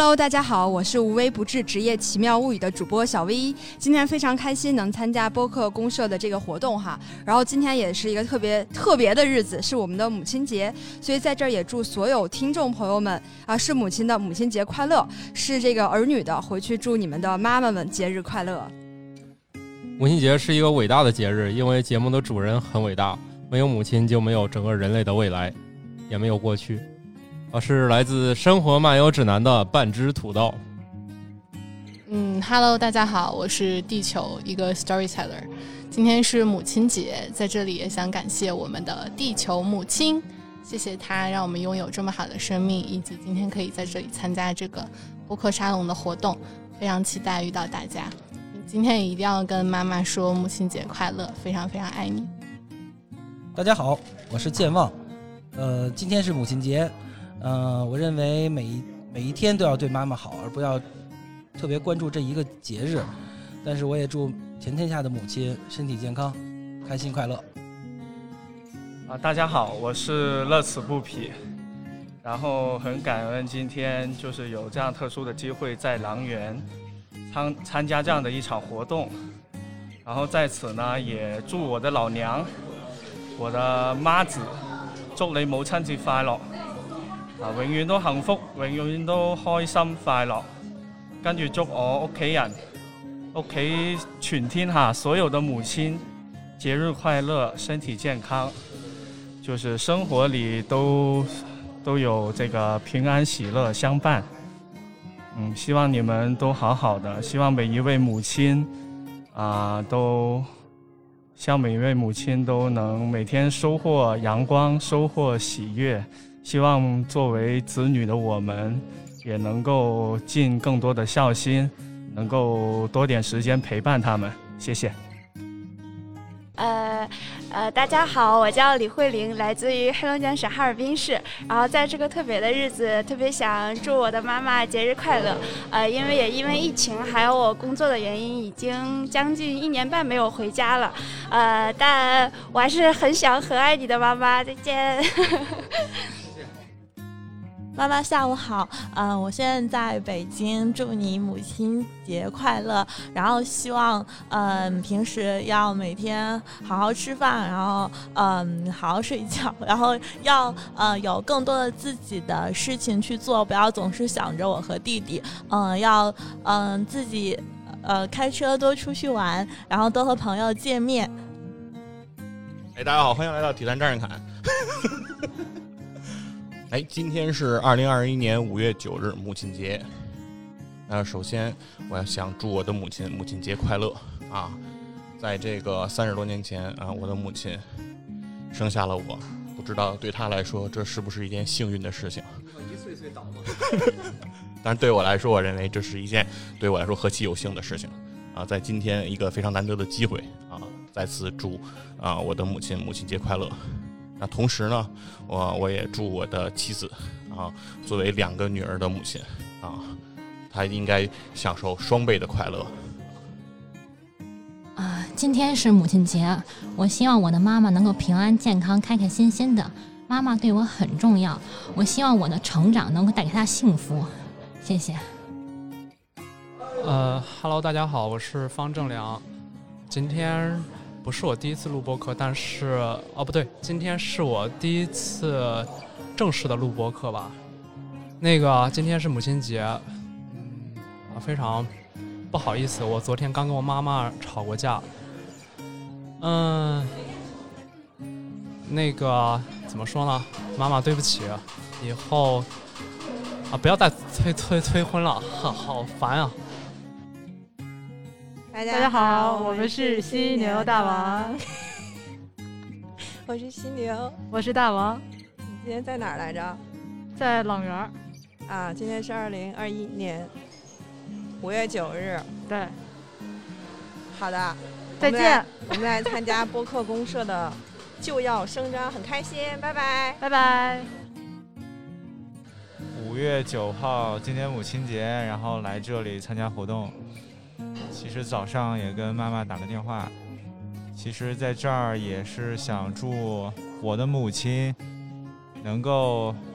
Hello， 大家好，我是无微不至职业奇妙物语的主播小 V。今天非常开心能参加播客公社的这个活动哈，然后今天也是一个特别的日子，是我们的母亲节，所以在这儿也祝所有听众朋友们是母亲的母亲节快乐，是这个儿女的回去祝你们的妈妈们节日快乐。 母亲节是一个伟大的节日，因为节目的主人很伟大，没有母亲就没有整个人类的未来，也没有过去。我是来自生活漫游指南的半只土豆。 Hello， 大家好，我是地球一个 storyteller。今天是母亲节，在这里也想感谢我们的地球母亲，谢谢她让我们拥有这么好的生命，以及今天可以在这里参加这个播客沙龙的活动，非常期待遇到大家。今天也一定要跟妈妈说母亲节快乐，非常非常爱你。 大家好，我是健忘。今天是母亲节。我认为每一天都要对妈妈好，而不要特别关注这一个节日。但是我也祝全天下的母亲身体健康，开心快乐。 大家好，我是乐此不疲。然后很感恩今天就是有这样特殊的机会在郎园参加这样的一场活动。然后在此呢，也祝我的老娘，我的媽子，祝你母親節快樂。永遠都幸福，永遠都開心快樂。跟住祝我屋企人、屋企全天下所有的母親節日快樂，身體健康，就是生活裡都有這個平安喜樂相伴。希望你們都好好的，希望每一位母親希望每一位母親都能每天收穫陽光，收穫喜悅。希望作為子女的我們也能夠盡更多的孝心，能夠多點時間陪伴他們。謝謝。 大家好，我叫李慧玲，來自於黑龍江省哈爾濱市。然後在這個特別的日子，特別想祝我的媽媽節日快樂。因為疫情還有我工作的原因，已經將近1年半沒有回家了。但我還是很想很愛你的媽媽，再見。 媽媽下午好，我現在在北京，祝你母親節快樂。然後希望平時要每天好好吃飯，然後好好睡覺，然後要有更多的自己的事情去做，不要總是想着我和弟弟。要自己開車多出去玩，然後多和朋友見面。 大家好，歡迎來到體壇張振凱。今天是2021年5月9日母親節。首先我要想祝我的母親母親節快樂啊！在這個30多年前我的母親生下了我，不知道對她來說這是不是一件幸運的事情。 一歲歲倒嗎？ 但是對我來說，我認為這是一件對我來說何其有幸的事情啊！在今天一個非常難得的機會啊，再次祝我的母親母親節快樂。那同時呢，我也祝我的妻子作為2個女兒的母親她應該享受雙倍的快樂。 今天是母親節，我希望我的媽媽能夠平安健康、開開心心的。媽媽對我很重要，我希望我的成長能夠帶給她幸福。謝謝。 Hello， 大家好，我是方正良。今天不是我第一次录播客，但是不对，今天是我第一次正式的录播客吧。今天是母親節，非常不好意思，我昨天剛跟我媽媽吵過架。怎麼說呢？媽媽對不起，以後不要再催婚了，好煩啊！ 大家好，我们是犀牛大王。 我是犀牛， 我是大王。 你今天在哪儿来着？ 在朗园。 今天是2021年5月9日。 对。 好的， 再见。 我们来参加播客公社的就要声张，很开心，拜拜， 拜拜。 5月9號，今天母親節，然後來這裡參加活動。其實早上也跟媽媽打個電話，其實在這兒也是想祝我的母親能夠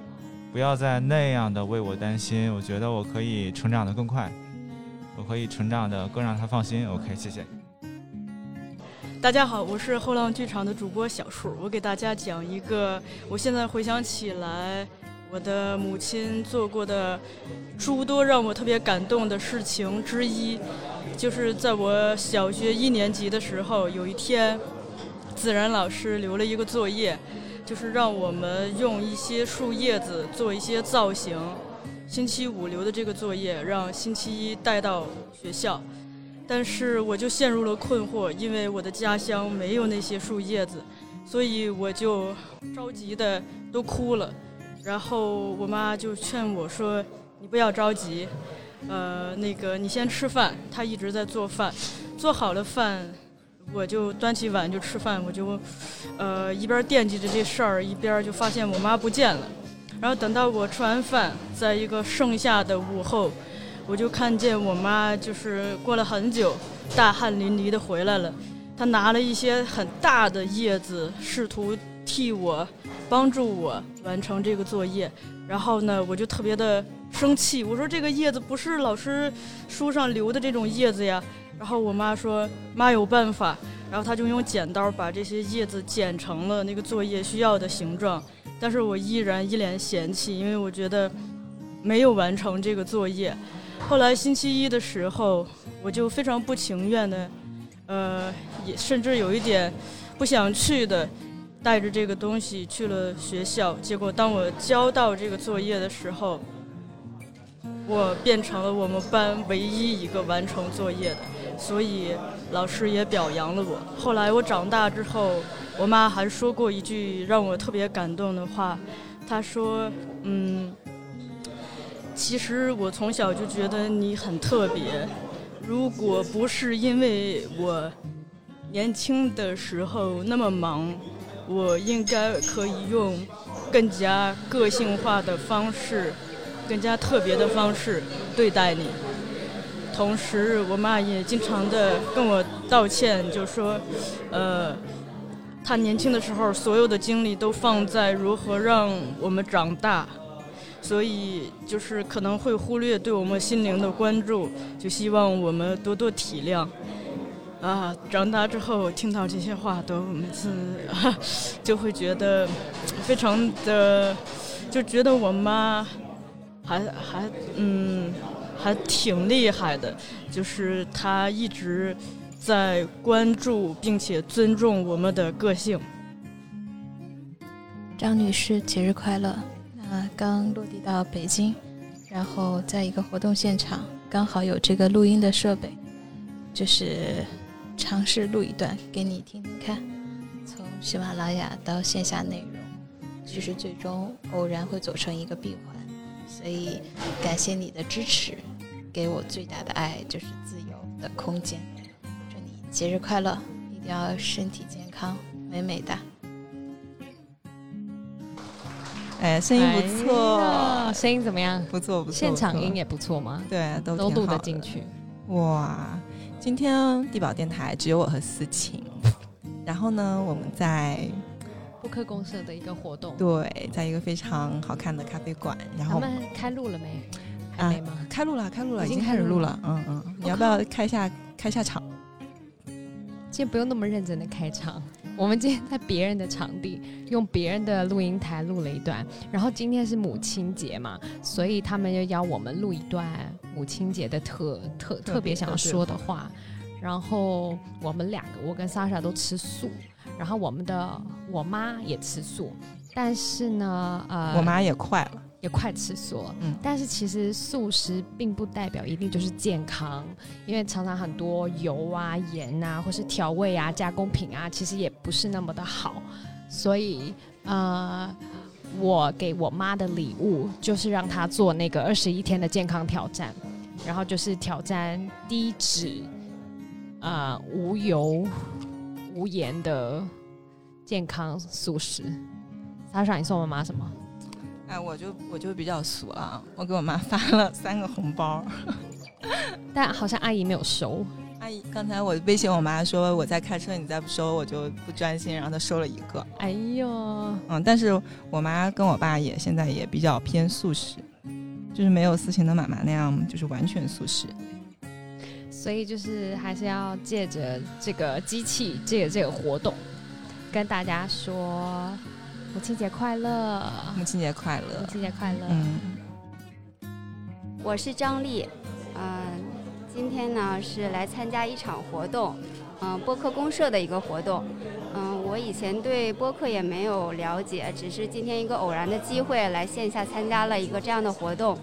不要再那样的为我担心，我觉得我可以成长得更快，我可以成长得更让他放心。 OK， 谢谢。 大家好，我是后浪剧场的主播小树，我给大家讲一个我现在回想起来我的母亲做过的诸多让我特别感动的事情之一，就是在我小学1年级的时候，有一天自然老师留了一个作业，就是让我们用一些树叶子做一些造型，星期5留的这个作业让星期1带到学校，但是我就陷入了困惑，因为我的家乡没有那些树叶子，所以我就着急的都哭了。然后我妈就劝我说：“你不要着急，你先吃饭。”她一直在做饭，做好了饭，我就端起碗就吃饭，我就一边惦记着这事儿，一边就发现我妈不见了。然后等到我吃完饭，在一个盛夏的午后，我就看见我妈就是过了很久，大汗淋漓的回来了。她拿了一些很大的叶子，试图帮助我完成这个作业。然后呢，我就特别的生气，我说这个叶子不是老师书上留的这种叶子呀。然后我妈说妈有办法，然后她就用剪刀把这些叶子剪成了那个作业需要的形状。但是我依然一脸嫌弃，因为我觉得没有完成这个作业。后来星期1的时候，我就非常不情愿的，也甚至有一点不想去的，带着这个东西去了学校。结果当我交到这个作业的时候，我变成了我们班唯一一个完成作业的，所以老师也表扬了我。后来我长大之后，我妈还说过一句让我特别感动的话，她说其实我从小就觉得你很特别，如果不是因为我年轻的时候那么忙，我应该可以用更加个性化的方式，更加特别的方式对待你。同时我妈也经常的跟我道歉，就说她年轻的时候所有的精力都放在如何让我们长大，所以就是可能会忽略对我们心灵的关注，就希望我们多多体谅。长大之后听到这些话都每次就会觉得非常的，就觉得我妈还挺厉害的，就是她一直在关注并且尊重我们的个性。 张女士节日快乐。刚落地到北京，然后在一个活动现场刚好有这个录音的设备，就是尝试录一段给你听听看，从喜马拉雅到线下内容，其实最终偶然会走成一个闭环，所以感谢你的支持，给我最大的爱就是自由的空间。祝你节日快乐，一定要身体健康，美美的。 声音不错， 声音怎么样？ 不错不错， 现场音也不错吗？ 对，都录得进去。 哇，今天地宝电台只有我和思晴，然后呢，我们在播客公社的一个活动， 对，在一个非常好看的咖啡馆。然后他们开录了没？还没吗？ 开录了，已经开始录了。 你要不要开下场？ 今天不用那么认真的开场。我们今天在别人的场地用别人的录音台录了一段，然后今天是母亲节嘛，所以他们就邀我们录一段母亲节的特别想说的话。然后我们两个，我跟莎莎都吃素，然后我妈也吃素，但是呢， 我妈也快吃素了。但是其实素食并不代表一定就是健康，因为常常很多油啊、盐啊，或是调味啊、加工品啊，其实也不是那么的好。所以我给我妈的礼物就是让她做那个21天的健康挑战，然后就是挑战低脂、无油、无盐的健康素食。莎莎，你送我妈什么？ 我就比较俗了，我给我妈发了3个红包， 但好像阿姨没有收。 阿刚才我微信我妈说我在开车，你再不收我就不专心，然后她收了一个。 哎呦， 但是我妈跟我爸现在也比较偏素食，就是没有思晴的妈妈那样，就是完全素食。 所以就是还是要借着这个机器，借着这个活动，跟大家说母亲节快乐， 母亲节快乐， 母亲节快乐。 我是张丽，今天呢是来参加一场活动，播客公社的一个活动。我以前对播客也没有了解，只是今天一个偶然的机会来线下参加了一个这样的活动。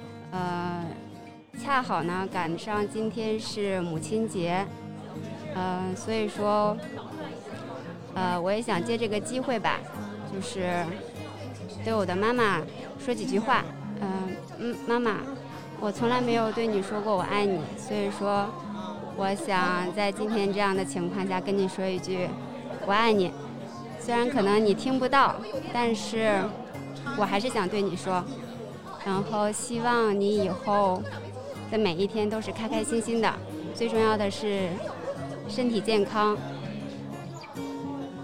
恰好呢赶上今天是母亲节，所以说，我也想借这个机会吧，就是对我的妈妈说几句话。妈妈，我从来没有对你说过我爱你，所以说，我想在今天这样的情况下跟你说一句我爱你。虽然可能你听不到，但是我还是想对你说。然后希望你以后的每一天都是开开心心的，最重要的是身体健康，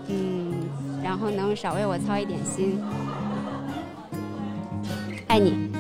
然后能少为我操一点心，爱你。